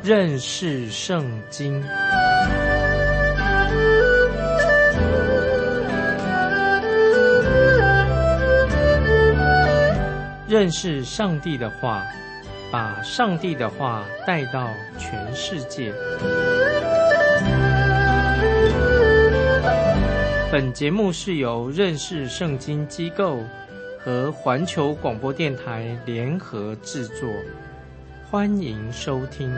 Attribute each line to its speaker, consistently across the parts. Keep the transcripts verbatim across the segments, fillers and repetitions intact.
Speaker 1: 认识圣经。认识上帝的话，把上帝的话带到全世界。本节目是由认识圣经机构和环球广播电台联合制作，欢迎收听。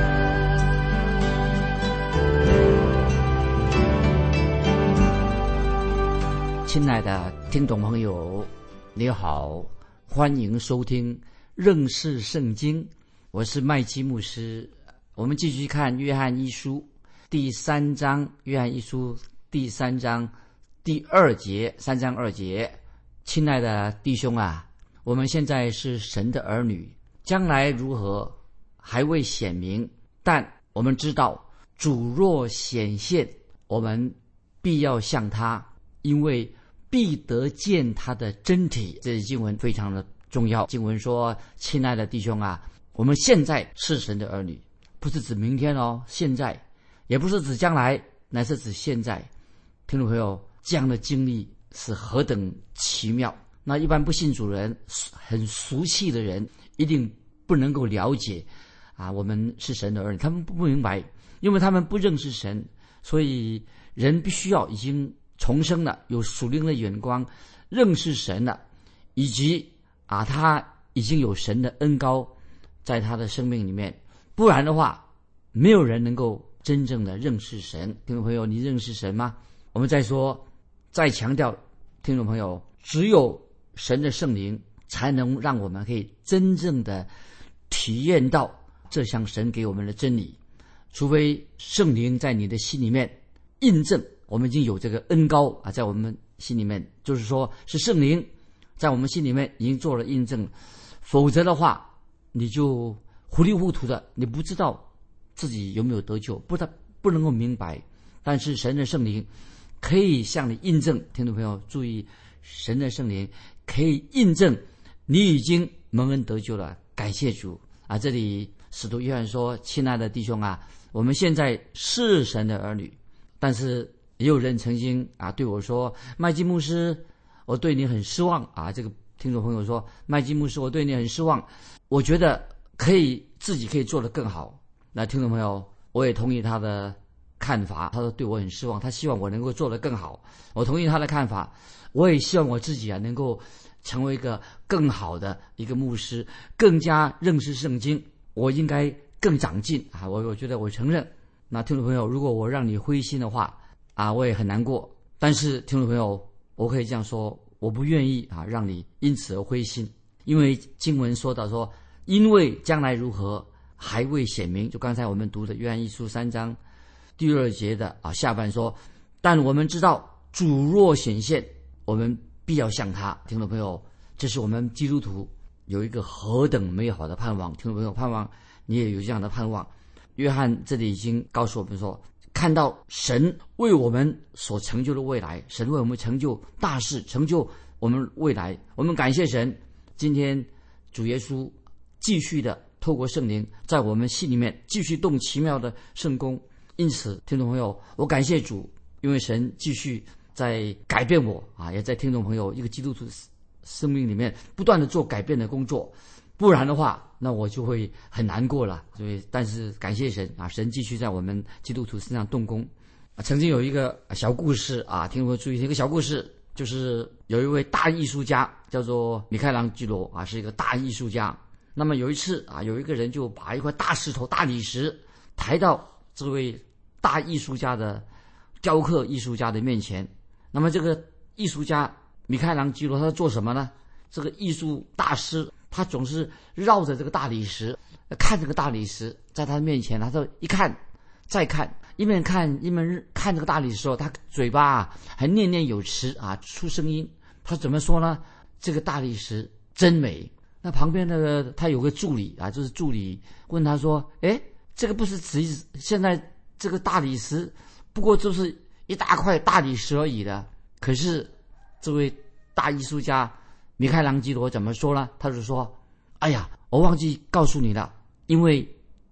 Speaker 2: 亲爱的听众朋友，你好，欢迎收听认识圣经，我是麦基牧师。我们继续看约翰一书第三章，约翰一书第三章第二节，三章二节。亲爱的弟兄啊，我们现在是神的儿女，将来如何还未显明，但我们知道主若显现，我们必要向他，因为必得见他的真体。这些经文非常的重要。经文说，亲爱的弟兄啊，我们现在是神的儿女，不是指明天哦，现在，也不是指将来，乃是指现在。听众朋友，这样的经历是何等奇妙。那一般不信主人，很俗气的人，一定不能够了解啊，我们是神的儿女，他们不明白，因为他们不认识神，所以人必须要已经重生了，有属灵的眼光，认识神了，以及啊，他已经有神的恩膏在他的生命里面，不然的话，没有人能够真正的认识神。听众朋友，你认识神吗？我们再说，再强调，听众朋友，只有神的圣灵才能让我们可以真正的体验到这项神给我们的真理，除非圣灵在你的心里面印证我们已经有这个恩膏啊，在我们心里面，就是说是圣灵在我们心里面已经做了印证，否则的话你就糊里糊涂的，你不知道自己有没有得救，不知道不能够明白。但是神的圣灵可以向你印证，听众朋友注意，神的圣灵可以印证你已经蒙恩得救了，感谢主啊！这里使徒约翰说，亲爱的弟兄啊，我们现在是神的儿女。但是也有人曾经啊对我说，麦基牧师，我对你很失望啊。这个听众朋友说，麦基牧师，我对你很失望，我觉得可以自己可以做得更好。那听众朋友，我也同意他的看法，他说对我很失望，他希望我能够做得更好，我同意他的看法，我也希望我自己啊能够成为一个更好的一个牧师，更加认识圣经，我应该更长进啊！我我觉得我承认。那听众朋友，如果我让你灰心的话啊，我也很难过。但是听众朋友，我可以这样说，我不愿意啊让你因此而灰心，因为经文说到说，因为将来如何还未显明，就刚才我们读的约翰一书三章第二节的啊下半说，但我们知道主若显现，我们必要向他。听众朋友，这是我们基督徒有一个何等美好的盼望。听众朋友，盼望你也有这样的盼望。约翰这里已经告诉我们说，看到神为我们所成就的未来，神为我们成就大事，成就我们未来，我们感谢神。今天主耶稣继续的透过圣灵在我们心里面继续动奇妙的圣工。因此听众朋友，我感谢主，因为神继续在改变我啊，也在听众朋友一个基督徒生命里面不断的做改变的工作，不然的话那我就会很难过了。所以但是感谢神啊，神继续在我们基督徒身上动工啊。曾经有一个小故事啊，听众朋友注意，一个小故事，就是有一位大艺术家叫做米开朗基罗啊，是一个大艺术家。那么有一次啊，有一个人就把一块大石头大理石抬到这位大艺术家的雕刻艺术家的面前。那么这个艺术家米开朗基罗他做什么呢？这个艺术大师他总是绕着这个大理石看这个大理石，在他面前他就一看再看，一面看一面看这个大理石的时候，他嘴巴啊还念念有词啊，出声音。他怎么说呢？这个大理石真美。那旁边那个他有个助理啊，就是助理问他说，诶，这个不是指现在这个大理石不过就是一大块大理石而已的，可是这位大艺术家米开朗基罗怎么说呢？他就说，哎呀，我忘记告诉你了，因为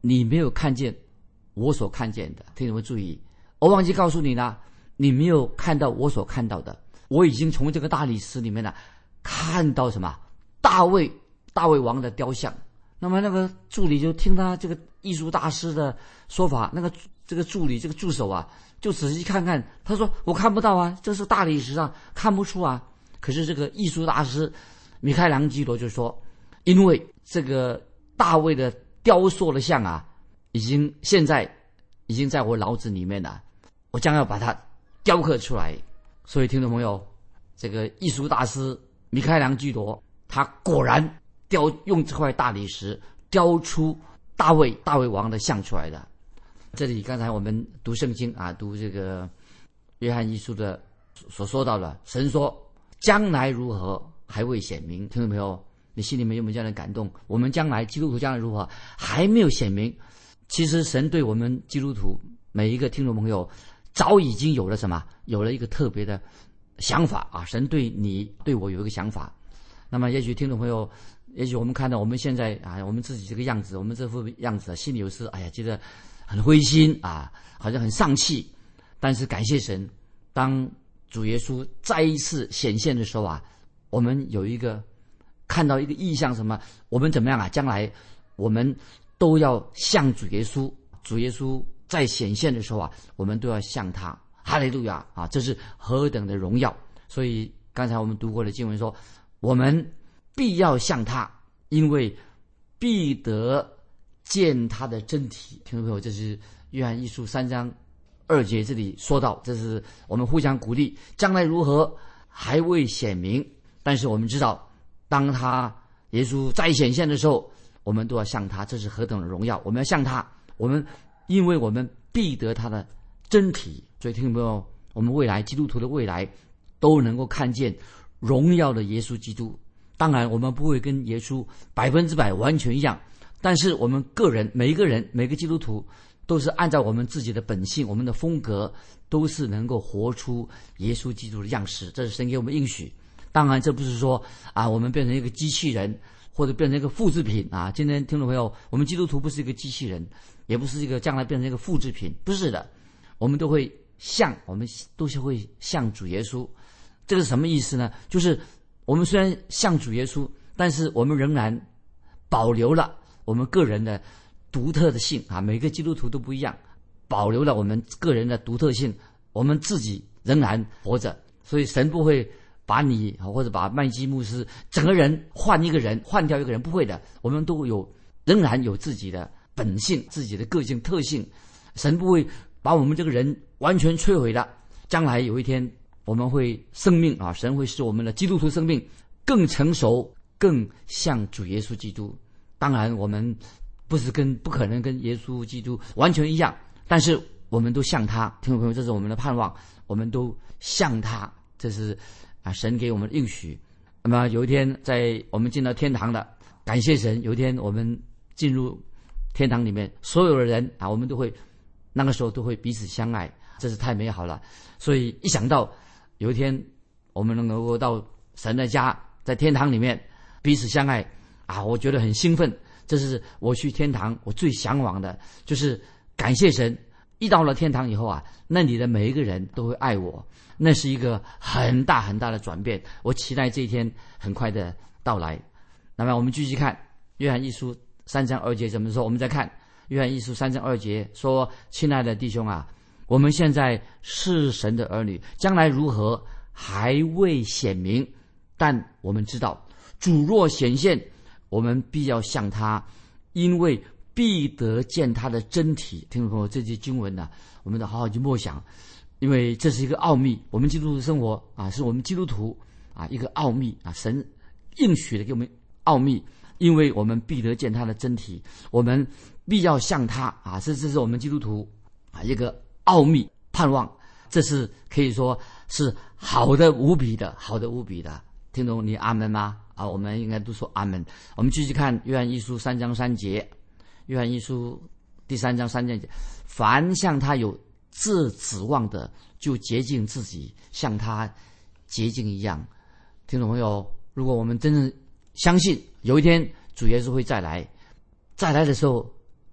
Speaker 2: 你没有看见我所看见的。听众们注意，我忘记告诉你了，你没有看到我所看到的。我已经从这个大理石里面呢看到什么？大卫大卫王的雕像。那么那个助理就听他这个艺术大师的说法，那个这个助理这个助手啊，就仔细看看，他说我看不到啊，这是大理石啊，看不出啊。可是这个艺术大师米开朗基罗就说，因为这个大卫的雕塑的像啊，已经现在已经在我脑子里面了，我将要把它雕刻出来。所以听众朋友，这个艺术大师米开朗基罗他果然雕用这块大理石雕出大卫大卫王的像出来的。这里刚才我们读圣经啊，读这个约翰一书的所说到的，神说将来如何还未显明。听众朋友，你心里面有没有这样的感动？我们将来基督徒将来如何还没有显明。其实神对我们基督徒每一个听众朋友早已经有了什么？有了一个特别的想法啊！神对你对我有一个想法。那么也许听众朋友，也许我们看到我们现在啊，我们自己这个样子，我们这副样子，心里有时哎呀觉得很灰心啊，好像很丧气。但是感谢神，当主耶稣再一次显现的时候啊，我们有一个看到一个意象，什么？我们怎么样啊？将来我们都要向主耶稣，主耶稣在显现的时候啊，我们都要向他。哈利路亚啊！这是何等的荣耀！所以刚才我们读过的经文说，我们必要向他，因为必得见他的真体。听众朋友，这是约翰一书三章二节这里说到，这是我们互相鼓励。将来如何还未显明，但是我们知道，当他耶稣再显现的时候，我们都要向他，这是何等的荣耀！我们要向他，我们因为我们必得他的真体。所以听众朋友，我们未来基督徒的未来都能够看见荣耀的耶稣基督。当然我们不会跟耶稣百分之百完全一样，但是我们个人每一个人每个基督徒都是按照我们自己的本性，我们的风格都是能够活出耶稣基督的样式，这是神给我们应许。当然这不是说啊，我们变成一个机器人，或者变成一个复制品啊。今天听众朋友，我们基督徒不是一个机器人，也不是一个将来变成一个复制品，不是的，我们都会像我们都是会像主耶稣。这个是什么意思呢？就是我们虽然像主耶稣，但是我们仍然保留了我们个人的独特的性啊，每个基督徒都不一样，保留了我们个人的独特性，我们自己仍然活着。所以神不会把你或者把麦基牧师整个人换一个人，换掉一个人，不会的。我们都有仍然有自己的本性，自己的个性特性。神不会把我们这个人完全摧毁了。将来有一天我们会生命啊，神会使我们的基督徒生命更成熟，更像主耶稣基督。当然我们不是跟不可能跟耶稣基督完全一样，但是我们都像他。听众朋友，这是我们的盼望，我们都像他，这是啊神给我们的应许。那么有一天在我们进到天堂了，感谢神，有一天我们进入天堂里面，所有的人啊，我们都会那个时候都会彼此相爱，这是太美好了。所以一想到有一天我们能够到神的家，在天堂里面彼此相爱啊，我觉得很兴奋。这是我去天堂我最向往的，就是感谢神，一到了天堂以后啊，那里的每一个人都会爱我，那是一个很大很大的转变。我期待这一天很快的到来。那么我们继续看约翰一书三章二节怎么说？我们再看约翰一书三章二节说，亲爱的弟兄啊，我们现在是神的儿女，将来如何还未显明，但我们知道主若显现，我们必要向他，因为必得见他的真体。听众朋友，这节经文呢、啊，我们得好好去默想，因为这是一个奥秘。我们基督徒生活啊，是我们基督徒啊一个奥秘啊，神应许的给我们奥秘，因为我们必得见他的真体，我们必要向他啊，这这是我们基督徒啊一个奥秘盼望，这是可以说是好的无比的，好的无比的。听懂你阿门吗？啊，我们应该都说阿门。我们继续看约翰一书三章三节，约翰一书第三章三节，凡向他有这指望的，就洁净自己，像他洁净一样。听众朋友，如果我们真正相信有一天主耶稣会再来，再来的时候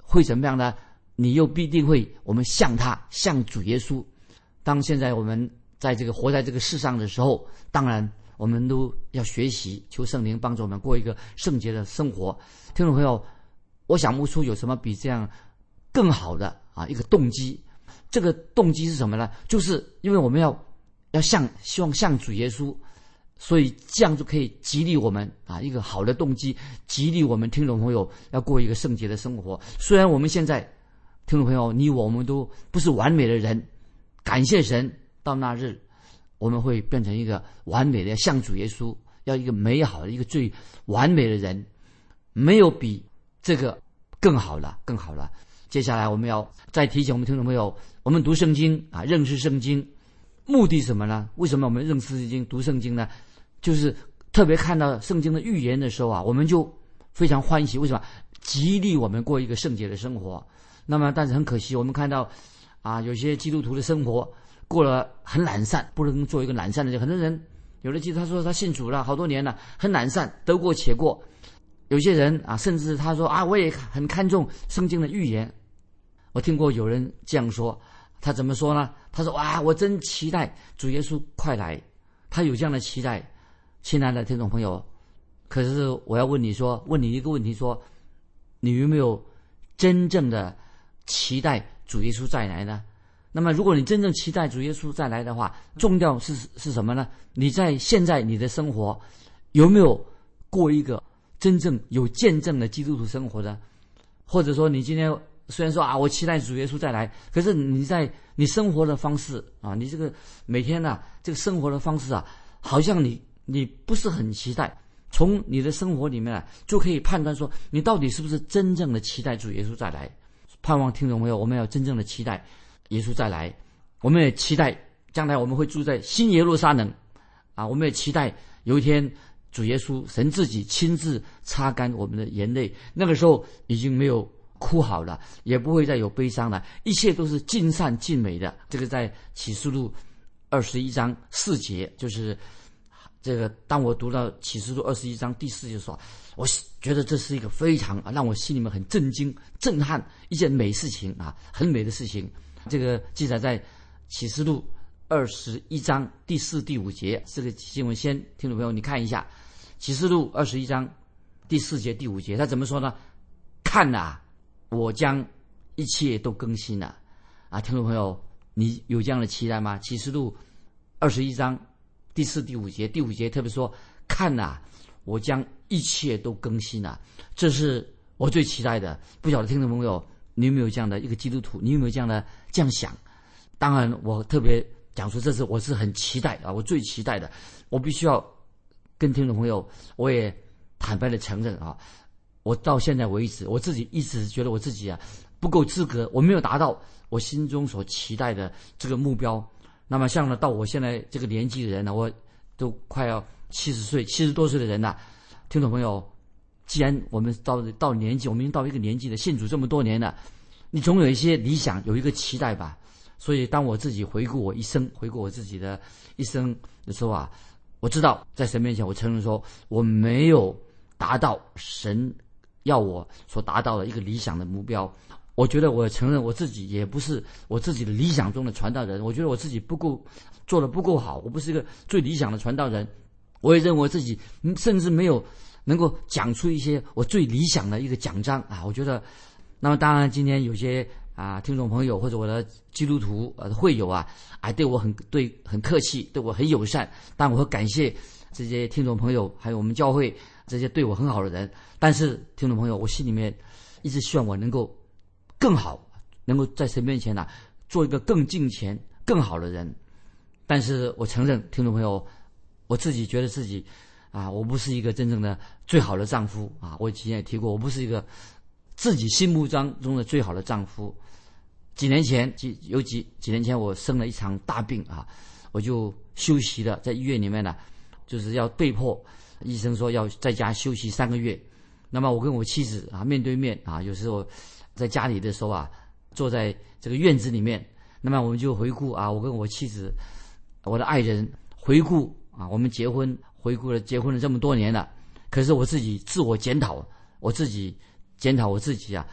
Speaker 2: 会怎么样呢？你又必定会我们像他，像主耶稣。当现在我们在这个活在这个世上的时候，当然我们都要学习，求圣灵帮助我们过一个圣洁的生活。听众朋友，我想不出有什么比这样更好的啊一个动机。这个动机是什么呢？就是因为我们要要像希望像主耶稣，所以这样就可以激励我们啊一个好的动机，激励我们听众朋友要过一个圣洁的生活。虽然我们现在听众朋友你我我们都不是完美的人，感谢神，到那日我们会变成一个完美的，像主耶稣，要一个美好的一个最完美的人，没有比这个更好了更好了。接下来我们要再提醒我们听众朋友，我们读圣经啊，认识圣经，目的是什么呢？为什么我们认识圣经读圣经呢？就是特别看到圣经的预言的时候啊，我们就非常欢喜。为什么？激励我们过一个圣洁的生活。那么但是很可惜，我们看到啊，有些基督徒的生活过了很懒散，不能做一个懒散的人。很多人有的基督徒他说他信主了好多年了，很懒散，得过且过。有些人啊，甚至他说啊，我也很看重圣经的预言。我听过有人这样说，他怎么说呢？他说哇，我真期待主耶稣快来。他有这样的期待。亲爱的听众朋友，可是我要问你说，问你一个问题说，你有没有真正的期待主耶稣再来呢？那么如果你真正期待主耶稣再来的话，重要是是什么呢？你在现在你的生活有没有过一个真正有见证的基督徒生活呢？或者说你今天虽然说啊，我期待主耶稣再来，可是你在你生活的方式啊，你这个每天呢、啊，这个生活的方式啊，好像你你不是很期待。从你的生活里面啊，就可以判断说，你到底是不是真正的期待主耶稣再来。盼望听众朋友，我们要真正的期待耶稣再来。我们也期待将来我们会住在新耶路撒冷啊，我们也期待有一天主耶稣神自己亲自擦干我们的眼泪，那个时候已经没有哭好了，也不会再有悲伤了，一切都是尽善尽美的。这个在启示录二十一章四节，就是这个当我读到启示录二十一章第四节的时候，我觉得这是一个非常让我心里面很震惊震撼一件美事情啊，很美的事情。这个记载在启示录二十一章第四第五节，这个经文先听众朋友你看一下，启示录二十一章第四节第五节，他怎么说呢？看啊，我将一切都更新了啊！听众朋友，你有这样的期待吗？启示录二十一章第四第五节，第五节特别说，看啊，我将一切都更新了，这是我最期待的。不晓得听众朋友你有没有这样的一个基督徒，你有没有这样的这样想？当然我特别讲出这是我是很期待啊，我最期待的。我必须要跟听众朋友我也坦白的承认啊，我到现在为止我自己一直觉得我自己啊不够资格，我没有达到我心中所期待的这个目标。那么像呢到我现在这个年纪的人呢，我都快要七十岁七十多岁的人了，听众朋友，既然我们到到年纪，我们已经到一个年纪了，信主这么多年了，你总有一些理想，有一个期待吧。所以当我自己回顾我一生，回顾我自己的一生的时候啊，我知道在神面前我承认说我没有达到神要我所达到的一个理想的目标。我觉得我承认我自己也不是我自己的理想中的传道人，我觉得我自己不够做得不够好，我不是一个最理想的传道人。我也认为自己甚至没有能够讲出一些我最理想的一个讲章啊。我觉得那么当然今天有些啊听众朋友或者我的基督徒呃会友啊啊对我很对很客气，对我很友善，但我会感谢这些听众朋友还有我们教会这些对我很好的人。但是听众朋友，我心里面一直希望我能够更好，能够在神面前啊做一个更敬虔更好的人。但是我承认听众朋友，我自己觉得自己啊我不是一个真正的最好的丈夫啊，我以前也提过，我不是一个自己心目当中的最好的丈夫。几年前几有几几年前我生了一场大病啊，我就休息了，在医院里面呢、啊、就是要被迫医生说要在家休息三个月。那么我跟我妻子啊面对面啊，有时候在家里的时候啊，坐在这个院子里面，那么我们就回顾啊，我跟我妻子我的爱人回顾啊，我们结婚回顾了结婚了这么多年了，可是我自己自我检讨，我自己检讨我自己啊，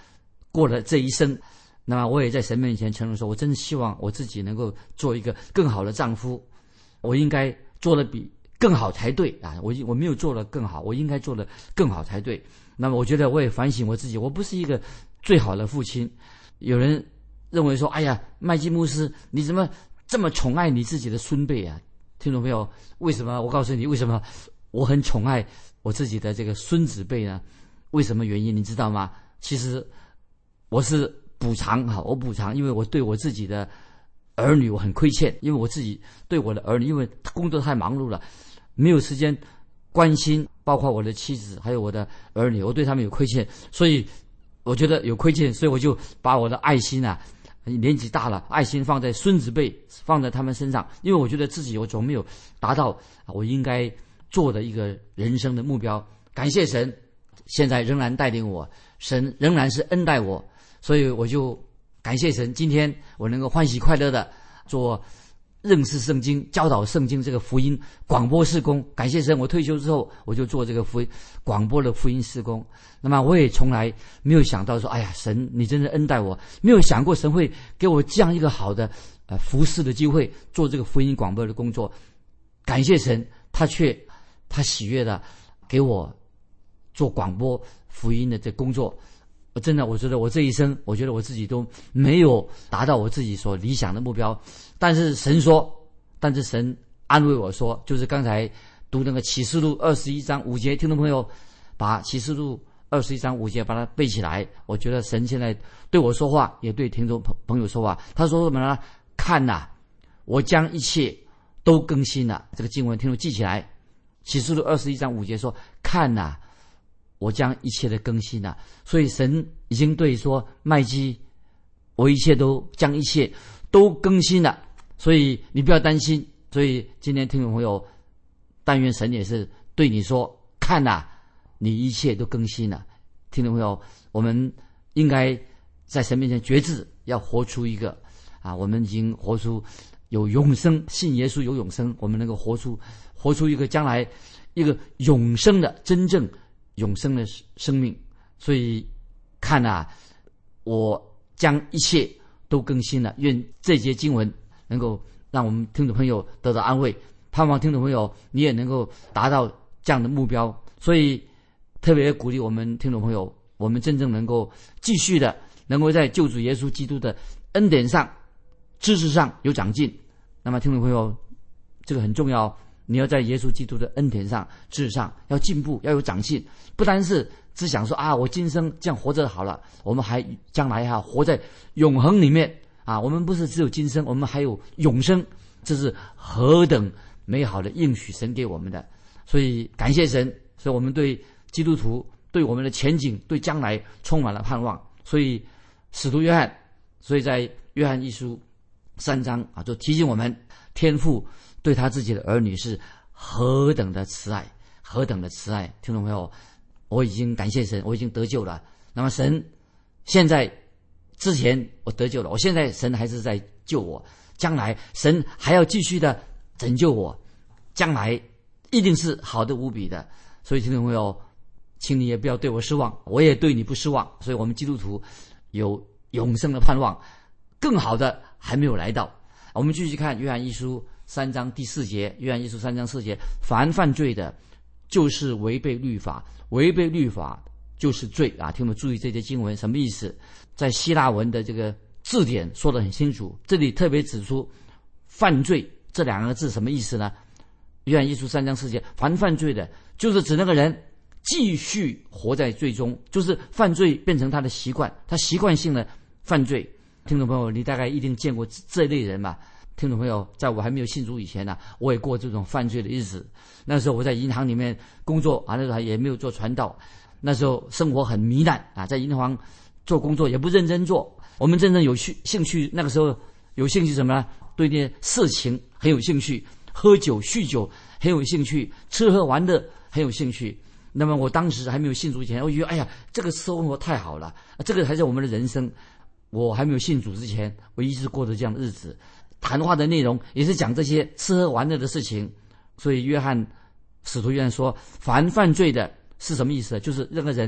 Speaker 2: 过了这一生。那么我也在神面前承认说，我真希望我自己能够做一个更好的丈夫，我应该做得比更好才对啊！我我没有做得更好，我应该做得更好才对。那么我觉得我也反省我自己，我不是一个最好的父亲。有人认为说，哎呀，麦基牧师，你怎么这么宠爱你自己的孙辈啊？听懂没有？为什么？我告诉你，为什么我很宠爱我自己的这个孙子辈呢？为什么原因你知道吗？其实我是补偿哈，我补偿，因为我对我自己的儿女我很亏欠，因为我自己对我的儿女，因为工作太忙碌了，没有时间关心，包括我的妻子还有我的儿女，我对他们有亏欠，所以我觉得有亏欠，所以我就把我的爱心啊，年纪大了，爱心放在孙子辈，放在他们身上，因为我觉得自己我总没有达到我应该做的一个人生的目标。感谢神，现在仍然带领我，神仍然是恩待我，所以我就感谢神，今天我能够欢喜快乐的做认识圣经、教导圣经这个福音广播事工。感谢神，我退休之后我就做这个福音广播的福音事工。那么我也从来没有想到说，哎呀，神你真的恩待我，没有想过神会给我这样一个好的呃服事的机会，做这个福音广播的工作。感谢神，他却他喜悦的给我做广播福音的这工作。我真的我觉得我这一生，我觉得我自己都没有达到我自己所理想的目标，但是神说，但是神安慰我说，就是刚才读那个启示录二十一章五节，听众朋友把启示录二十一章五节把它背起来。我觉得神现在对我说话，也对听众朋友说话。他说什么呢？看哪，我将一切都更新了。这个经文听众记起来，启示录二十一章五节说，看哪，我将一切的更新了。所以神已经对说，麦基，我一切都将一切都更新了，所以你不要担心。所以今天听众朋友，但愿神也是对你说，看哪，你一切都更新了。听众朋友，我们应该在神面前决志，要活出一个啊，我们已经活出有永生，信耶稣有永生，我们能够活出活出一个将来一个永生的真正永生的生命。所以看啊，我将一切都更新了。愿这节经文能够让我们听众朋友得到安慰，盼望听众朋友你也能够达到这样的目标。所以特别鼓励我们听众朋友，我们真正能够继续的能够在救主耶稣基督的恩典上、知识上有长进。那么听众朋友，这个很重要，你要在耶稣基督的恩典上、知识上要进步，要有长进，不单是只想说啊，我今生这样活着好了，我们还将来哈、啊、活在永恒里面啊，我们不是只有今生，我们还有永生，这是何等美好的应许神给我们的。所以感谢神，所以我们对基督徒对我们的前景、对将来充满了盼望。所以使徒约翰，所以在约翰一书三章啊，就提醒我们，天父对他自己的儿女是何等的慈爱，何等的慈爱。听众朋友，我已经感谢神，我已经得救了。那么神现在之前我得救了，我现在神还是在救我，将来神还要继续的拯救我，将来一定是好的无比的。所以听众朋友，请你也不要对我失望，我也对你不失望。所以我们基督徒有永生的盼望，更好的还没有来到。我们继续看约翰一书三章第四节，约翰一书三章四节，凡犯罪的就是违背律法，违背律法就是罪啊！听我们注意这节经文什么意思？在希腊文的这个字典说得很清楚，这里特别指出犯罪这两个字什么意思呢？约翰一书三章四节，凡犯罪的就是指那个人继续活在罪中，就是犯罪变成他的习惯，他习惯性的犯罪。听众朋友，你大概一定见过这类人吧？听众朋友，在我还没有信主以前呢、啊，我也过这种犯罪的日子。那时候我在银行里面工作啊，那时候也没有做传道，那时候生活很糜烂啊，在银行做工作也不认真做。我们真正有趣兴趣，那个时候有兴趣什么呢？对那些色情很有兴趣，喝酒酗酒很有兴趣，吃喝玩乐很有兴趣。那么我当时还没有信主以前，我觉得哎呀，这个生活太好了，这个才是我们的人生。我还没有信主之前，我一直过着这样的日子，谈话的内容也是讲这些吃喝玩乐的事情。所以约翰使徒约翰说，凡犯罪的是什么意思？就是那个人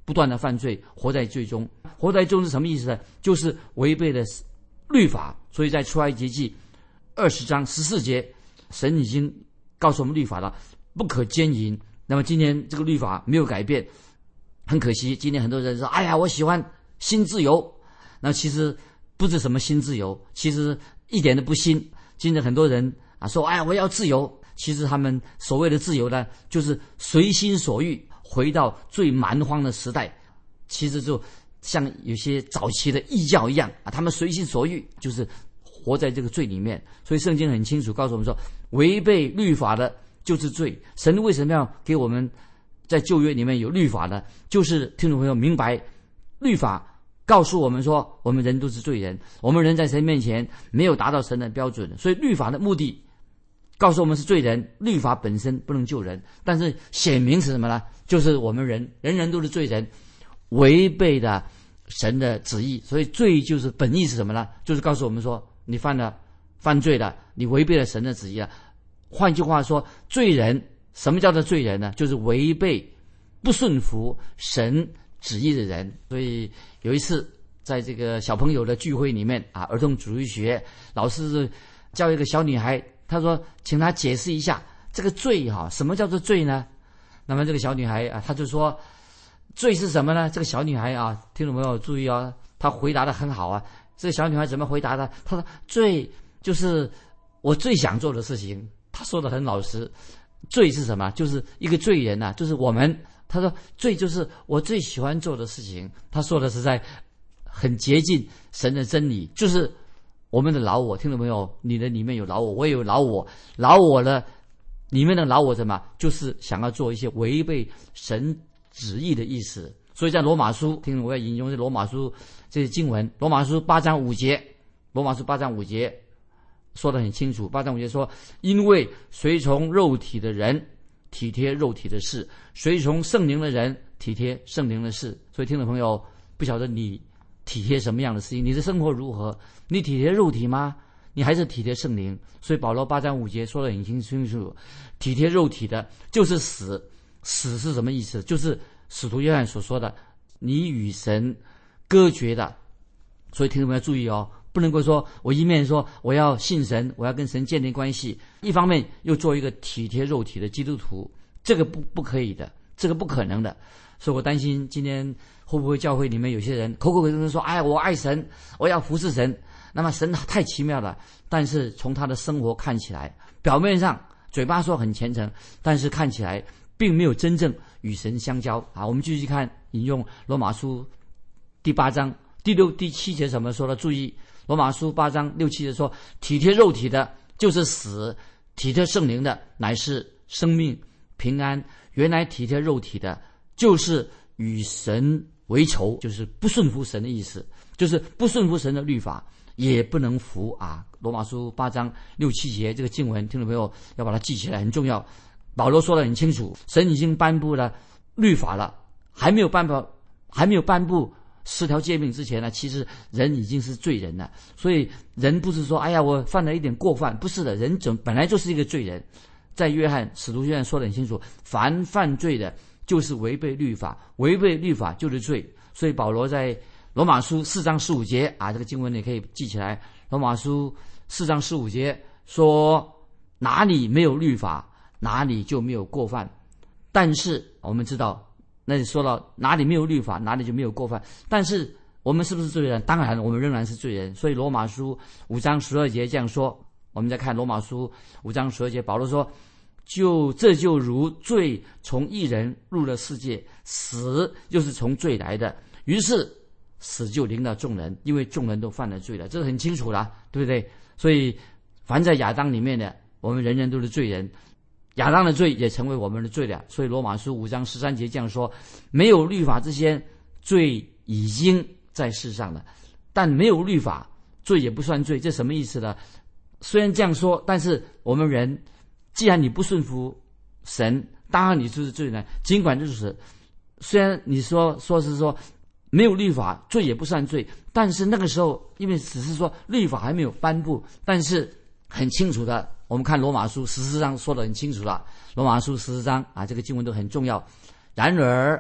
Speaker 2: 不断的犯罪，活在罪中。活在罪中是什么意思呢？就是违背了律法。所以在出埃及记二十章十四节，神已经告诉我们律法了，不可奸淫。那么今天这个律法没有改变，很可惜，今天很多人说，哎呀，我喜欢新自由。那其实不是什么新自由，其实一点都不新。今天很多人啊说，哎呀，我要自由。其实他们所谓的自由呢，就是随心所欲，回到最蛮荒的时代。其实就像有些早期的异教一样啊，他们随心所欲，就是活在这个罪里面。所以圣经很清楚告诉我们说，违背律法的就是罪。神为什么要给我们在旧约里面有律法呢？就是听众朋友明白，律法告诉我们说，我们人都是罪人，我们人在神面前没有达到神的标准，所以律法的目的告诉我们是罪人。律法本身不能救人，但是显明是什么呢？就是我们人人人都是罪人，违背了神的旨意。所以罪就是本意是什么呢？就是告诉我们说，你犯了犯罪了，你违背了神的旨意了。换句话说，罪人，什么叫做罪人呢？就是违背不顺服神旨意的人。所以有一次在这个小朋友的聚会里面啊，儿童主日学老师教一个小女孩，他说请她解释一下这个罪哈、啊，什么叫做罪呢？那么这个小女孩啊，她就说罪是什么呢？这个小女孩啊，听众朋友注意哦，她回答得很好啊。这个小女孩怎么回答的？她说罪就是我最想做的事情。她说得很老实。罪是什么？就是一个罪人啊，就是我们。她说罪就是我最喜欢做的事情。她说的实在很接近神的真理，就是我们的老我。听众朋友，你的里面有老我，我也有老我。老我呢，里面的老我什么？就是想要做一些违背神旨意的意思。所以在罗马书，听我要引用这罗马书这些经文，罗马书八章五节，罗马书八章五节说得很清楚。八章五节说，因为随从肉体的人体贴肉体的事，随从圣灵的人体贴圣灵的事。所以听众朋友，不晓得你体贴什么样的事情，你的生活如何？你体贴肉体吗？你还是体贴圣灵？所以保罗八章五节说得很清楚，体贴肉体的就是死。死是什么意思？就是使徒约翰所说的，你与神割绝的。所以听众朋友注意哦，不能够说我一面说我要信神，我要跟神建立关系，一方面又做一个体贴肉体的基督徒，这个不不可以的，这个不可能的。所以我担心今天会不会教会里面有些人口口声声说，哎，我爱神，我要服侍神。那么神太奇妙了，但是从他的生活看起来，表面上嘴巴说很虔诚，但是看起来并没有真正与神相交啊。我们继续看，引用罗马书第八章第六第七节怎么说的？注意，罗马书八章六七节说，体贴肉体的就是死，体贴圣灵的乃是生命平安。原来体贴肉体的就是与神为仇，就是不顺服神的意思，就是不顺服神的律法，也不能服啊。罗马书八章六七节这个经文，听众朋友要把它记起来，很重要。保罗说得很清楚，神已经颁布了律法了，还没有颁布还没有颁布十条诫命之前呢，其实人已经是罪人了。所以人不是说哎呀我犯了一点过犯，不是的，人整本来就是一个罪人。在约翰使徒约翰说得很清楚，凡犯罪的就是违背律法，违背律法就是罪。所以保罗在罗马书四章十五节啊，这个经文你可以记起来。罗马书四章十五节说，哪里没有律法，哪里就没有过犯。但是我们知道，那里说到哪里没有律法，哪里就没有过犯。但是我们是不是罪人？当然我们仍然是罪人。所以罗马书五章十二节这样说。我们再看罗马书五章十二节，保罗说，就这就如罪从一人入了世界，死又是从罪来的，于是死就临到众人，因为众人都犯了罪了。这是很清楚了，对不对？所以凡在亚当里面的，我们人人都是罪人，亚当的罪也成为我们的罪了。所以罗马书五章十三节这样说，没有律法之前，罪已经在世上了，但没有律法，罪也不算罪。这什么意思呢？虽然这样说，但是我们人既然你不顺服神，当然你就是罪人。尽管如此，虽然你说说是说没有律法，罪也不算罪，但是那个时候因为只是说律法还没有颁布，但是很清楚的，我们看罗马书十四章说得很清楚了。罗马书十四章啊，这个经文都很重要。然而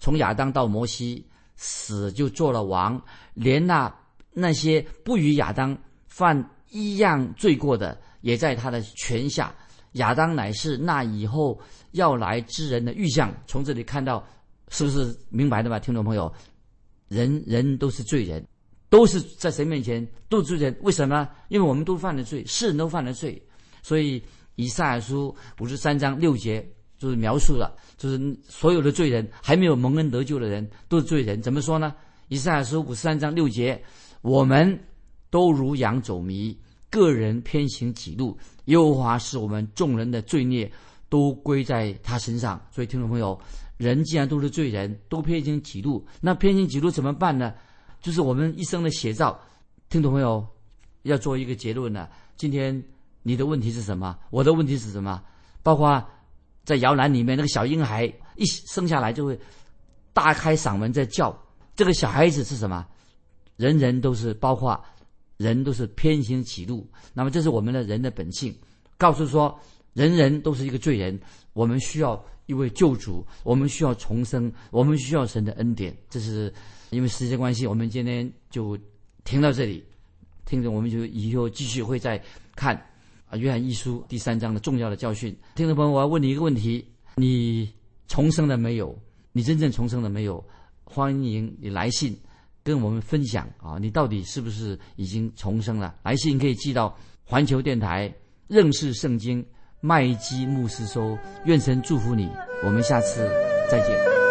Speaker 2: 从亚当到摩西死就做了王，连那那些不与亚当犯一样罪过的，也在他的权下。亚当乃是那以后要来之人的预像。从这里看到，是不是明白的吧，听众朋友？人人都是罪人，都是在神面前都是罪人。为什么？因为我们都犯了罪，世人都犯了罪。所以以赛亚书五十三章六节就是描述了，就是所有的罪人，还没有蒙恩得救的人都是罪人。怎么说呢？以赛亚书五十三章六节，我们都如羊走迷，个人偏行己路，耶和华使我们众人的罪孽都归在他身上。所以听众朋友，人既然都是罪人，都偏行己路，那偏行己路怎么办呢？就是我们一生的写照。听众朋友，要做一个结论了。今天你的问题是什么？我的问题是什么？包括在摇篮里面，那个小婴孩一生下来就会大开嗓门在叫，这个小孩子是什么？人人都是，包括人都是偏行己路。那么这是我们的人的本性，告诉说人人都是一个罪人，我们需要一位救主，我们需要重生，我们需要神的恩典。这是因为时间关系，我们今天就停到这里。听着，我们就以后继续会再看啊约翰一书第三章的重要的教训。听众朋友，我要问你一个问题：你重生了没有？你真正重生了没有？欢迎你来信跟我们分享啊，你到底是不是已经重生了？来信可以寄到环球电台认识圣经麦基牧师收。愿神祝福你，我们下次再见。